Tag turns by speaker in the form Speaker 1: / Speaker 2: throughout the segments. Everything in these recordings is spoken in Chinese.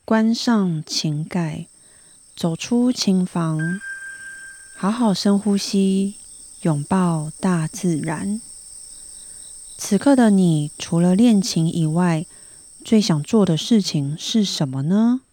Speaker 1: 关上情盖，走出琴房，好好深呼吸，拥抱大自然。此刻的你，除了练琴以外，最想做的事情是什么呢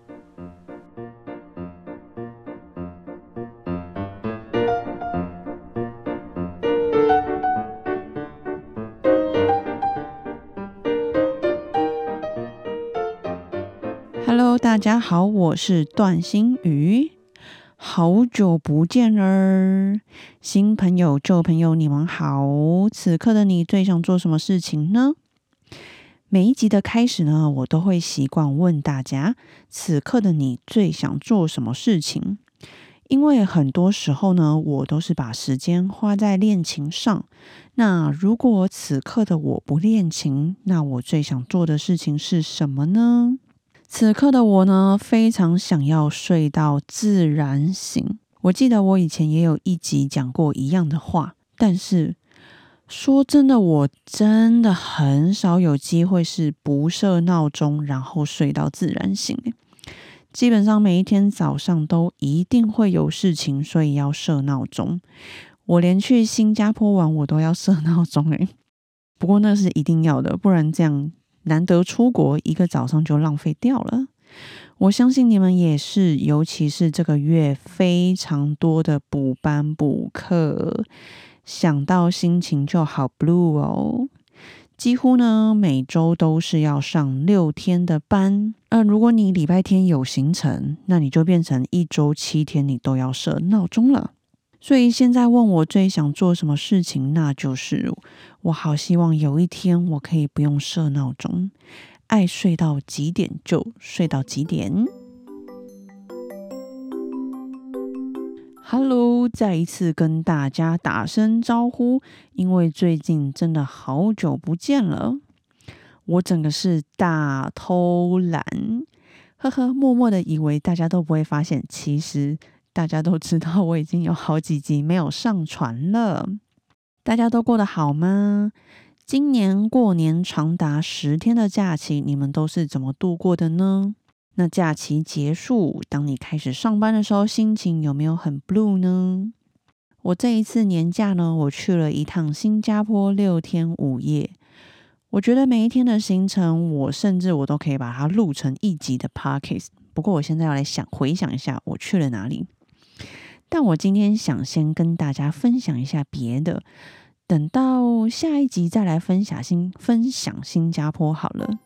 Speaker 1: ？Hello， 大家好，我是段心瑜，好久不见了，新朋友、旧朋友，你们好。此刻的你最想做什么事情呢？每一集的开始呢，我都会习惯问大家，此刻的你最想做什么事情？因为很多时候呢，我都是把时间花在练琴上。那如果此刻的我不练琴，那我最想做的事情是什么呢？此刻的我呢，非常想要睡到自然醒。我记得我以前也有一集讲过一样的话，但是说真的，我真的很少有机会是不设闹钟，然后睡到自然醒。基本上每一天早上都一定会有事情，所以要设闹钟。我连去新加坡玩，我都要设闹钟。不过那是一定要的，不然这样难得出国，一个早上就浪费掉了。我相信你们也是，尤其是这个月非常多的补班补课，想到心情就好 blue 哦。几乎呢每周都是要上6天的班。如果你礼拜天有行程，那你就变成一周7天你都要设闹钟了。所以现在问我最想做什么事情，那就是我好希望有一天我可以不用设闹钟，爱睡到几点就睡到几点。Hello， 再一次跟大家打声招呼，因为最近真的好久不见了，我整个是大偷懒，默默的以为大家都不会发现，其实大家都知道我已经有好几集没有上传了。大家都过得好吗？今年过年长达10天的假期，你们都是怎么度过的呢？那假期结束，当你开始上班的时候，心情有没有很 blue 呢？我这一次年假呢，我去了一趟新加坡6天5夜。我觉得每一天的行程，我甚至都可以把它录成一集的 podcast。不过我现在要来回想一下我去了哪里。但我今天想先跟大家分享一下别的，等到下一集再来分享新加坡好了。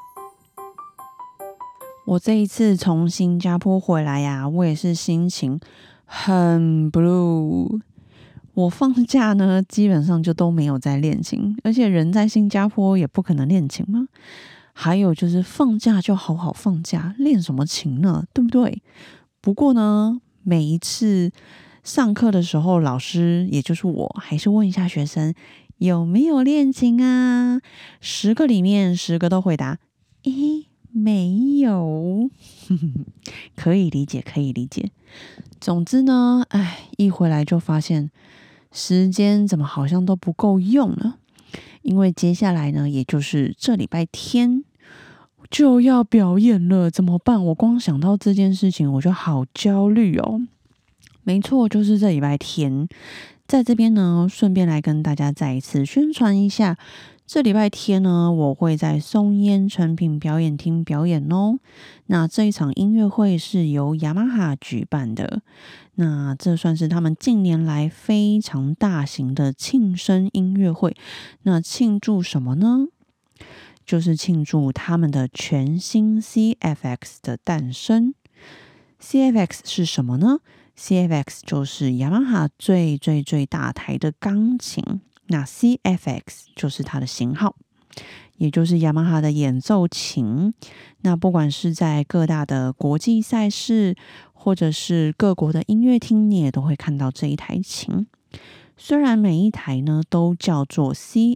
Speaker 1: 我这一次从新加坡回来呀，我也是心情很 blue。我放假呢，基本上就都没有在练琴，而且人在新加坡也不可能练琴嘛。还有就是放假就好好放假，练什么琴呢？对不对？不过呢，每一次上课的时候，老师也就是我，还是问一下学生有没有练琴啊？10个里面10个都回答，没有。可以理解，可以理解。总之呢，一回来就发现时间怎么好像都不够用了。因为接下来呢，也就是这礼拜天就要表演了，怎么办？我光想到这件事情我就好焦虑哦。没错，就是这礼拜天。在这边呢，顺便来跟大家再一次宣传一下，这礼拜天呢，我会在松烟成品表演厅表演哦。那这一场音乐会是由雅马哈举办的，那这算是他们近年来非常大型的庆生音乐会。那庆祝什么呢？就是庆祝他们的全新 CFX 的诞生。CFX 是什么呢？CFX 就是雅马哈最大台的钢琴，那 CFX 就是它的型号，也就是雅马哈的演奏琴。那不管是在各大的国际赛事，或者是各国的音乐厅，你也都会看到这一台琴。虽然每一台呢都叫做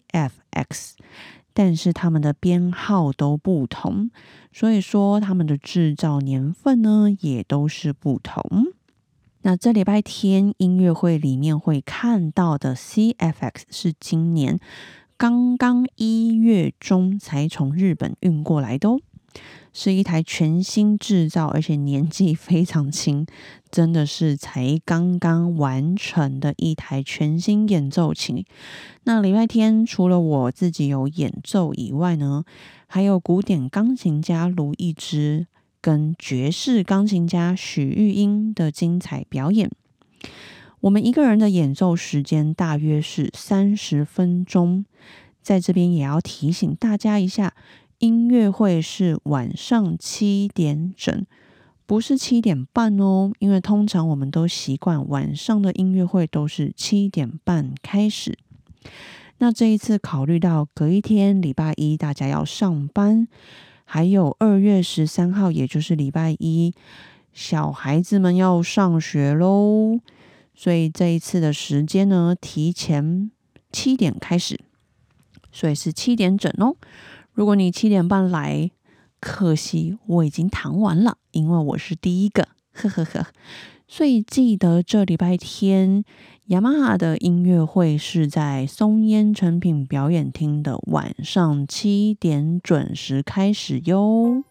Speaker 1: CFX， 但是他们的编号都不同，所以说他们的制造年份呢也都是不同。那这礼拜天音乐会里面会看到的 CFX 是今年刚刚1月中才从日本运过来的哦。 是一台全新制造，而且年纪非常轻，真的是才刚刚完成的一台全新演奏琴。那礼拜天除了我自己有演奏以外呢，还有古典钢琴家卢一之跟爵士钢琴家许玉英的精彩表演。我们一个人的演奏时间大约是30分钟，在这边也要提醒大家一下，音乐会是晚上7点整，不是7点半哦，因为通常我们都习惯晚上的音乐会都是7点半开始。那这一次考虑到隔一天礼拜一大家要上班，还有2月13号也就是礼拜一小孩子们要上学咯，所以这一次的时间呢提前7点开始，所以是7点整哦。如果你7点半来，可惜我已经弹完了，因为我是第一个，呵呵呵。所以记得这礼拜天雅马哈的音乐会是在松烟成品表演厅的晚上7点准时开始哟。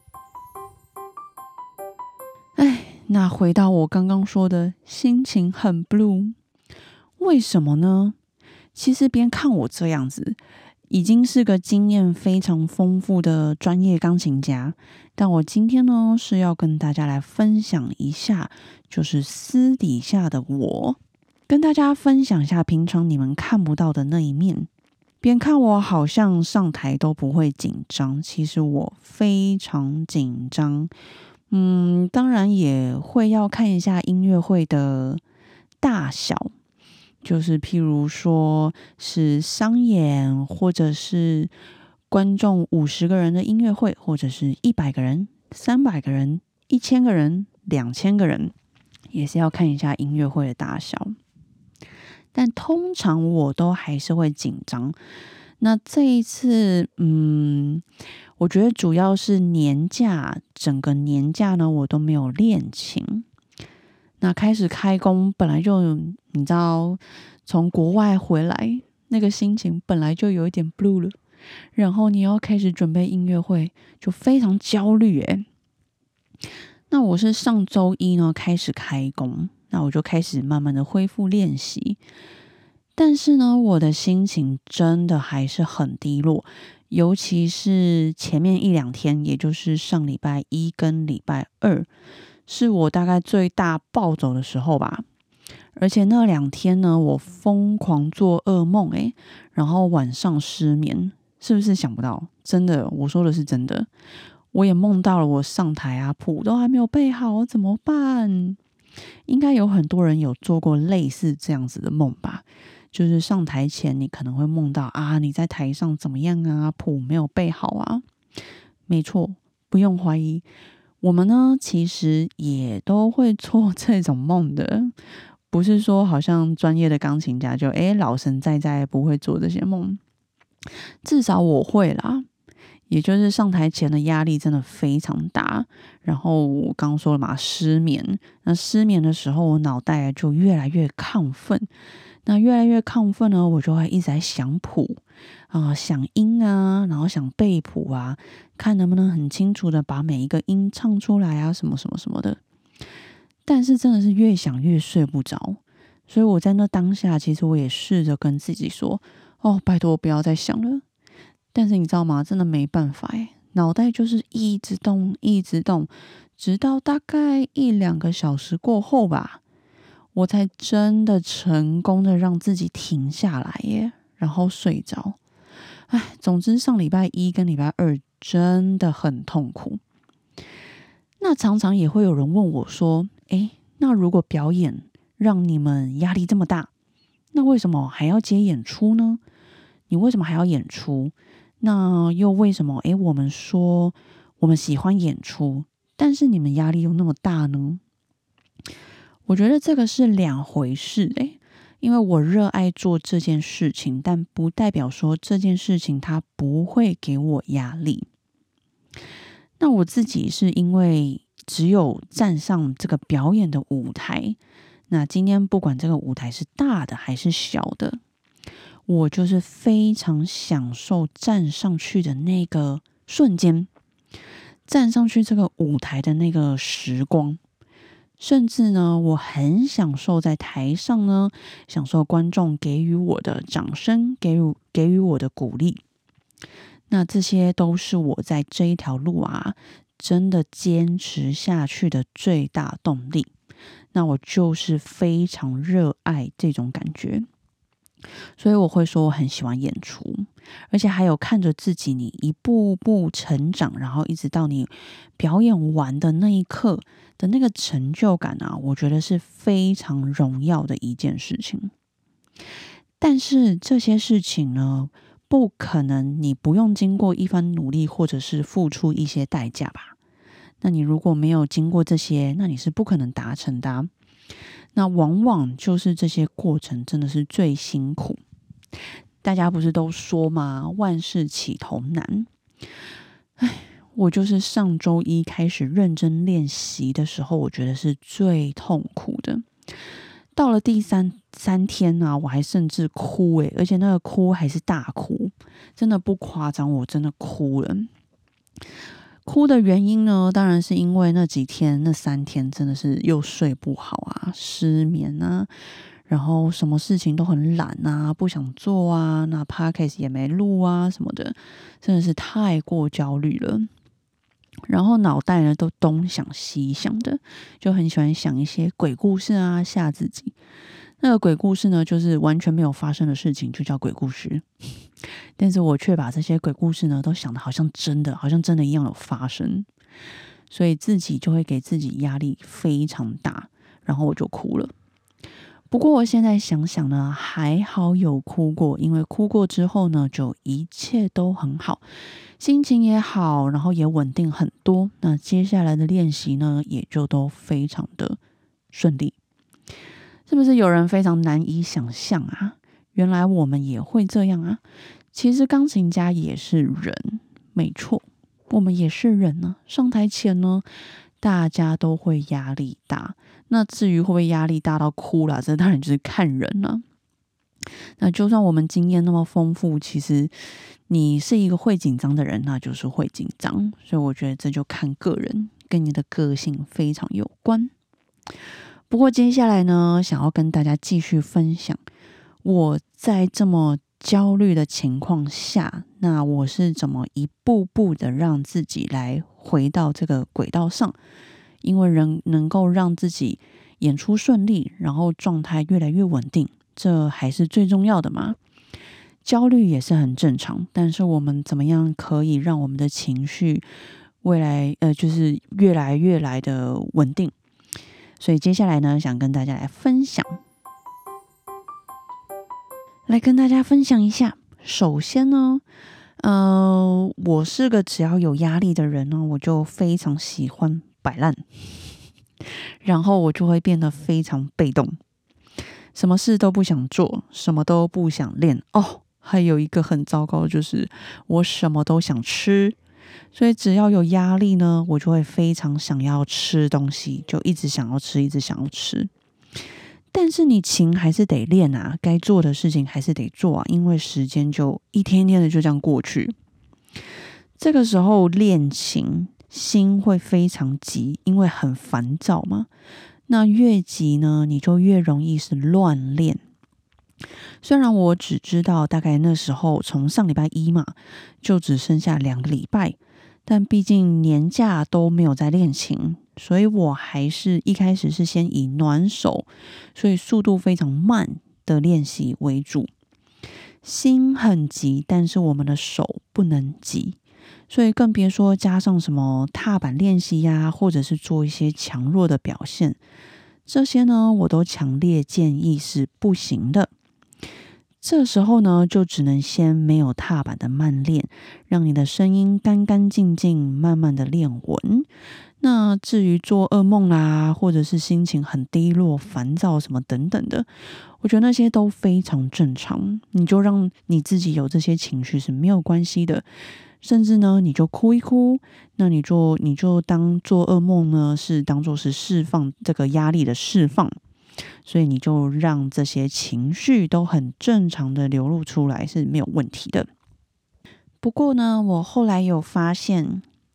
Speaker 1: 那回到我刚刚说的心情很 blue， 为什么呢？其实别看我这样子已经是个经验非常丰富的专业钢琴家，但我今天呢是要跟大家来分享一下，就是私底下的我，跟大家分享一下平常你们看不到的那一面。别看我好像上台都不会紧张，其实我非常紧张。当然也会要看一下音乐会的大小，就是譬如说是商演，或者是观众50个人的音乐会，或者是100个人、300个人、1000个人、2000个人，也是要看一下音乐会的大小。但通常我都还是会紧张。那这一次，我觉得主要是年假，整个年假呢，我都没有练琴。那开始开工，本来就你知道，从国外回来，那个心情本来就有一点 blue 了，然后你要开始准备音乐会，就非常焦虑耶。那我是上周一呢开始开工，那我就开始慢慢的恢复练习。但是呢，我的心情真的还是很低落，尤其是前面1-2天，也就是上礼拜一跟礼拜二，是我大概最大暴走的时候吧。而且那2天呢，我疯狂做噩梦然后晚上失眠，是不是想不到？真的，我说的是真的。我也梦到了我上台啊，谱都还没有背好，怎么办？应该有很多人有做过类似这样子的梦吧。就是上台前你可能会梦到你在台上怎么样啊，谱没有背好啊。没错，不用怀疑，我们呢其实也都会做这种梦的，不是说好像专业的钢琴家就老神在在不会做这些梦，至少我会啦。也就是上台前的压力真的非常大，然后我刚刚说了嘛，失眠。那失眠的时候，我脑袋就越来越亢奋。那越来越亢奋呢，我就会一直在想谱想音啊，然后想背谱啊，看能不能很清楚的把每一个音唱出来啊，什么什么什么的。但是真的是越想越睡不着，所以我在那当下，其实我也试着跟自己说，拜托不要再想了。但是你知道吗？真的没办法脑袋就是一直动，一直动，直到大概1-2个小时过后吧，我才真的成功的让自己停下来然后睡着。总之上礼拜一跟礼拜二真的很痛苦。那常常也会有人问我说，那如果表演让你们压力这么大，那为什么还要接演出呢？你为什么还要演出？那又为什么我们说我们喜欢演出，但是你们压力又那么大呢？我觉得这个是2回事因为我热爱做这件事情，但不代表说这件事情它不会给我压力。那我自己是因为只有站上这个表演的舞台，那今天不管这个舞台是大的还是小的，我就是非常享受站上去的那个瞬间。 站上去这个舞台的那个时光，甚至呢，我很享受在台上呢，享受观众给予我的掌声，给予我的鼓励。那这些都是我在这一条路啊，真的坚持下去的最大动力。那我就是非常热爱这种感觉，所以我会说我很喜欢演出，而且还有看着自己你一步步成长，然后一直到你表演完的那一刻的那个成就感啊，我觉得是非常荣耀的一件事情。但是这些事情呢，不可能你不用经过一番努力，或者是付出一些代价吧？那你如果没有经过这些，那你是不可能达成的啊。那往往就是这些过程真的是最辛苦。大家不是都说吗？万事起头难。我就是上周一开始认真练习的时候，我觉得是最痛苦的。到了第三天啊，我还甚至哭而且那个哭还是大哭，真的不夸张，我真的哭了。哭的原因呢，当然是因为那3天真的是又睡不好啊，失眠啊，然后什么事情都很懒啊，不想做啊，那 podcast 也没录啊什么的，真的是太过焦虑了。然后脑袋呢都东想西想的，就很喜欢想一些鬼故事啊，吓自己。那个鬼故事呢，就是完全没有发生的事情，就叫鬼故事。但是我却把这些鬼故事呢，都想得好像真的一样有发生，所以自己就会给自己压力非常大，然后我就哭了。不过我现在想想呢，还好有哭过，因为哭过之后呢，就一切都很好，心情也好，然后也稳定很多。那接下来的练习呢，也就都非常的顺利。是不是有人非常难以想象啊？原来我们也会这样啊！其实钢琴家也是人，没错，我们也是人呢。上台前呢，大家都会压力大。那至于会不会压力大到哭啦，这当然就是看人了。那就算我们经验那么丰富，其实你是一个会紧张的人，那就是会紧张。所以我觉得这就看个人，跟你的个性非常有关。不过接下来呢，想要跟大家继续分享我在这么焦虑的情况下，那我是怎么一步步的让自己来回到这个轨道上，因为人能够让自己演出顺利，然后状态越来越稳定，这还是最重要的嘛。焦虑也是很正常，但是我们怎么样可以让我们的情绪未来就是越来越来的稳定。所以接下来呢，想跟大家来分享，一下。首先呢，我是个只要有压力的人呢，我就非常喜欢摆烂，然后我就会变得非常被动，什么事都不想做，什么都不想练。还有一个很糟糕的就是我什么都想吃。所以只要有压力呢，我就会非常想要吃东西，就一直想要吃。但是你琴还是得练啊，该做的事情还是得做啊，因为时间就一天天的就这样过去。这个时候练琴，心会非常急，因为很烦躁嘛。那越急呢，你就越容易是乱练。虽然我只知道大概那时候从上礼拜一嘛，就只剩下2个礼拜，但毕竟年假都没有在练琴，所以我还是一开始是先以暖手，所以速度非常慢的练习为主。心很急，但是我们的手不能急，所以更别说加上什么踏板练习呀，或者是做一些强弱的表现，这些呢我都强烈建议是不行的。这时候呢，就只能先没有踏板的慢练，让你的声音干干净净，慢慢的练稳。那至于做噩梦啦，或者是心情很低落、烦躁什么等等的，我觉得那些都非常正常。你就让你自己有这些情绪是没有关系的，甚至呢，你就哭一哭。那你就当做噩梦呢，是当做是释放这个压力的释放。所以你就让这些情绪都很正常的流露出来是没有问题的。不过呢，我后来有发现，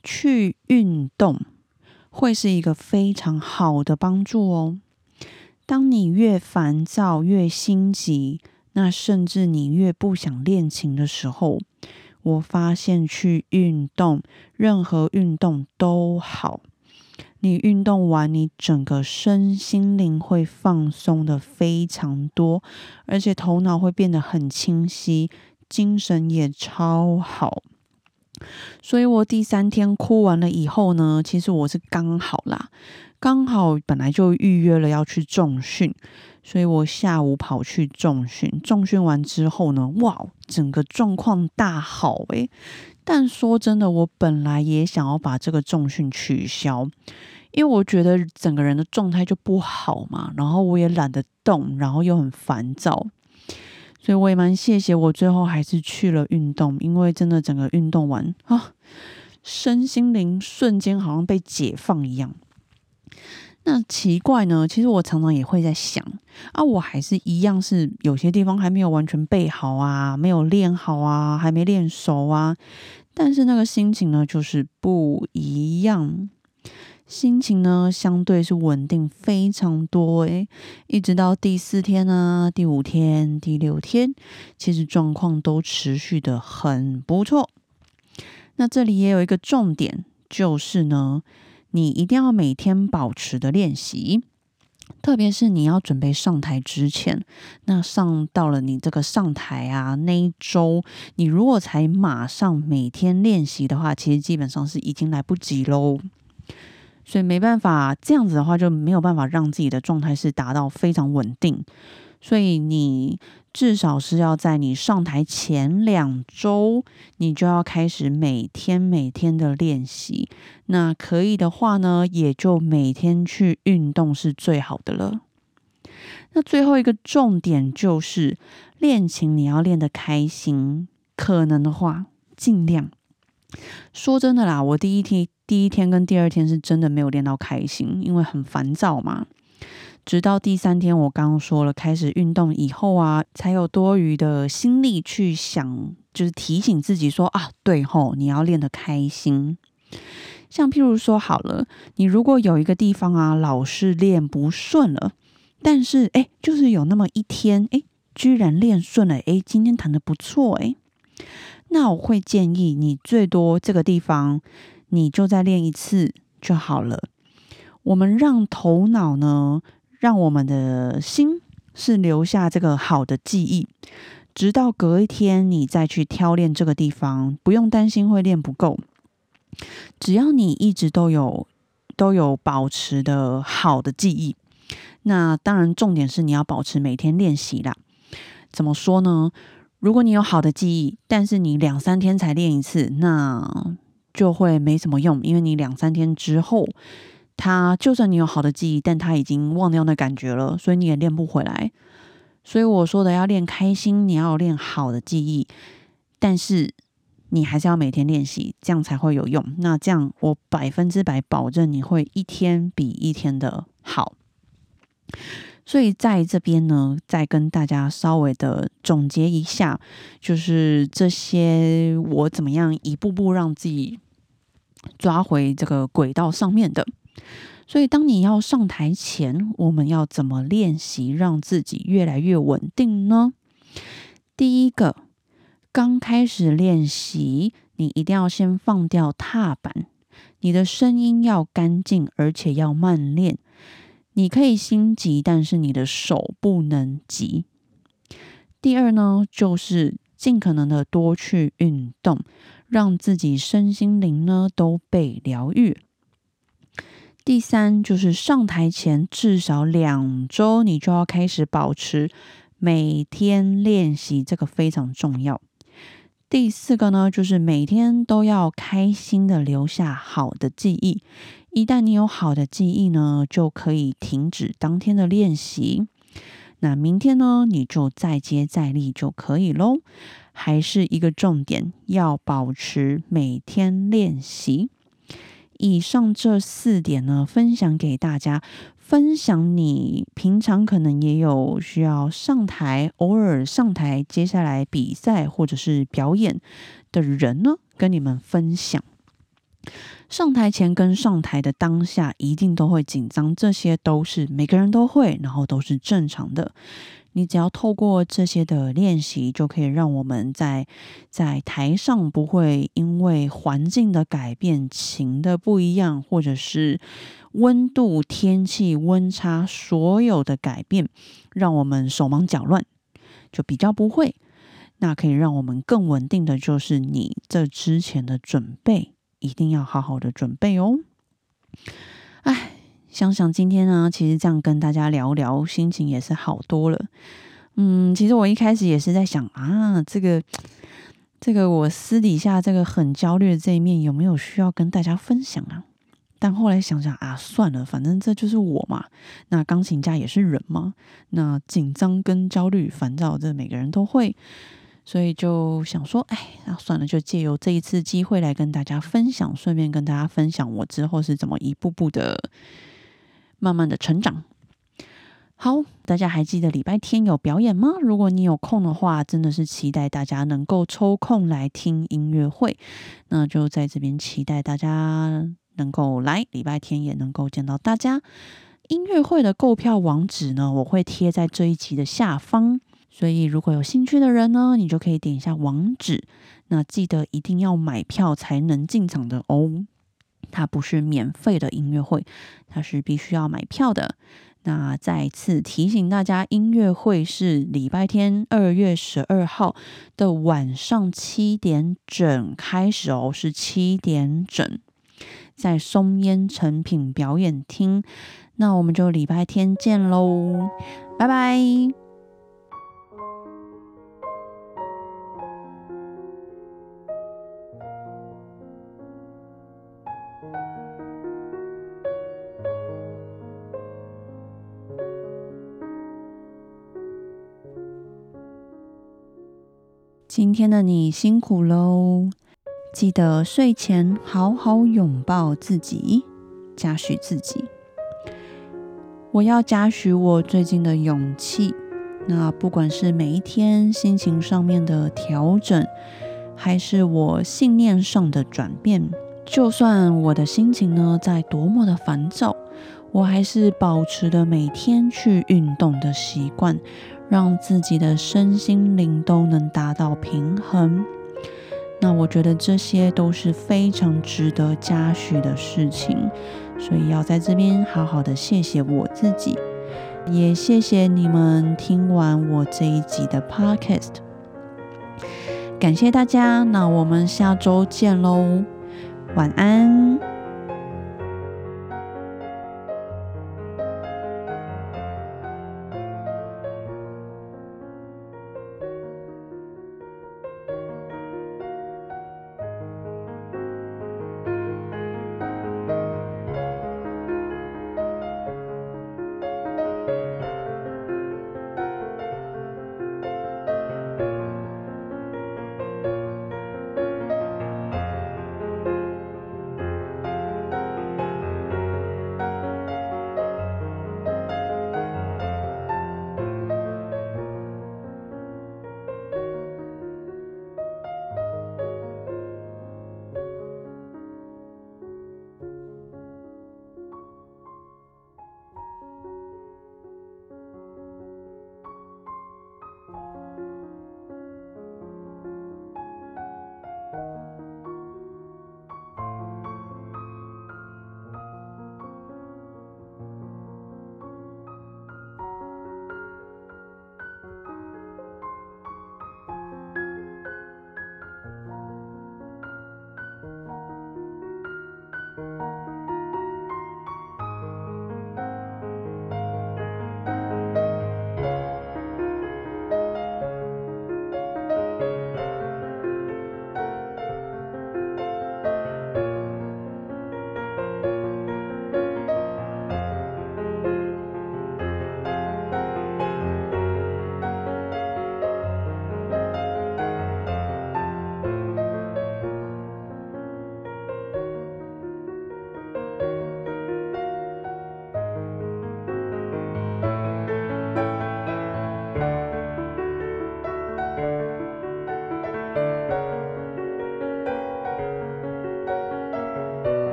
Speaker 1: 去运动会是一个非常好的帮助哦。当你越烦躁、越心急，那甚至你越不想练琴的时候，我发现去运动，任何运动都好。你运动完，你整个身心灵会放松的非常多，而且头脑会变得很清晰，精神也超好。所以我第3天哭完了以后呢，其实我是刚好啦，刚好本来就预约了要去重训，所以我下午跑去重训，重训完之后呢，哇，整个状况大好欸。但说真的，我本来也想要把这个重训取消，因为我觉得整个人的状态就不好嘛，然后我也懒得动，然后又很烦躁，所以我也蛮谢谢我最后还是去了运动，因为真的整个运动完啊，身心灵瞬间好像被解放一样。那奇怪呢，其实我常常也会在想啊，我还是一样是有些地方还没有完全背好啊，没有练好啊，还没练熟啊，但是那个心情呢就是不一样。心情呢相对是稳定非常多欸，一直到第4天啊、第5天、第6天，其实状况都持续的很不错。那这里也有一个重点，就是呢，你一定要每天保持的练习，特别是你要准备上台之前，那到了你这个上台啊那一周，你如果才马上每天练习的话，其实基本上是已经来不及咯。所以没办法，这样子的话就没有办法让自己的状态是达到非常稳定。所以你至少是要在你上台前2周，你就要开始每天的练习。那可以的话呢，也就每天去运动是最好的了。那最后一个重点就是练琴你要练得开心，可能的话尽量。说真的啦，我第一天跟第2天是真的没有练到开心，因为很烦躁嘛。直到第3天，我刚刚说了，开始运动以后啊，才有多余的心力去想，就是提醒自己说啊，对吼，你要练得开心。像譬如说好了，你如果有一个地方啊，老是练不顺了，但是就是有那么一天，居然练顺了，今天弹得不错，那我会建议你最多这个地方你就再练1次就好了。我们让头脑呢，让我们的心是留下这个好的记忆，直到隔一天你再去挑练这个地方，不用担心会练不够。只要你一直都有保持的好的记忆，那当然重点是你要保持每天练习啦。怎么说呢？如果你有好的记忆，但是你2-3天才练1次，那就会没什么用，因为你2-3天之后，就算你有好的记忆，但它已经忘掉那感觉了，所以你也练不回来。所以我说的要练开心，你要练好的记忆，但是你还是要每天练习，这样才会有用。那这样我100%保证你会一天比一天的好。所以在这边呢，再跟大家稍微的总结一下，就是这些我怎么样一步步让自己抓回这个轨道上面的。所以当你要上台前，我们要怎么练习让自己越来越稳定呢？第一个，刚开始练习，你一定要先放掉踏板，你的声音要干净，而且要慢练。你可以心急，但是你的手不能急。第二呢，就是尽可能的多去运动，让自己身心灵呢都被疗愈。第3就是上台前至少2周，你就要开始保持每天练习，这个非常重要。第4个呢，就是每天都要开心的留下好的记忆。一旦你有好的记忆呢，就可以停止当天的练习。那明天呢，你就再接再厉就可以咯。还是一个重点，要保持每天练习。以上这4点呢，分享给大家，分享你平常可能也有需要上台，偶尔上台，接下来比赛或者是表演的人呢，跟你们分享。 上台前跟上台的当下一定都会紧张，这些都是每个人都会，然后都是正常的。你只要透过这些的练习，就可以让我们在台上不会因为环境的改变、情的不一样，或者是温度、天气、温差，所有的改变，让我们手忙脚乱，就比较不会。那可以让我们更稳定的就是你这之前的准备，一定要好好的准备哦。想想今天呢，其实这样跟大家聊聊，心情也是好多了。其实我一开始也是在想啊，这个我私底下这个很焦虑的这一面有没有需要跟大家分享啊？但后来想想啊，算了，反正这就是我嘛。那钢琴家也是人嘛，那紧张跟焦虑、烦躁，这每个人都会。所以就想说，那算了，就借由这一次机会来跟大家分享，顺便跟大家分享我之后是怎么一步步的慢慢的成长。好，大家还记得礼拜天有表演吗？如果你有空的话，真的是期待大家能够抽空来听音乐会。那就在这边期待大家能够来，礼拜天也能够见到大家。音乐会的购票网址呢，我会贴在这一集的下方。所以如果有兴趣的人呢，你就可以点一下网址。那记得一定要买票才能进场的哦。它不是免费的音乐会，它是必须要买票的。那再次提醒大家，音乐会是礼拜天2月12号的晚上7点整开始哦，是7点整，在松烟诚品表演厅。那我们就礼拜天见喽，拜拜。今天的你辛苦喽，记得睡前好好拥抱自己，嘉许自己。我要嘉许我最近的勇气，那不管是每一天心情上面的调整，还是我信念上的转变，就算我的心情呢在多么的烦躁，我还是保持了每天去运动的习惯，让自己的身心灵都能达到平衡。那我觉得这些都是非常值得嘉许的事情，所以要在这边好好的谢谢我自己，也谢谢你们听完我这一集的 podcast。 感谢大家，那我们下周见喽，晚安。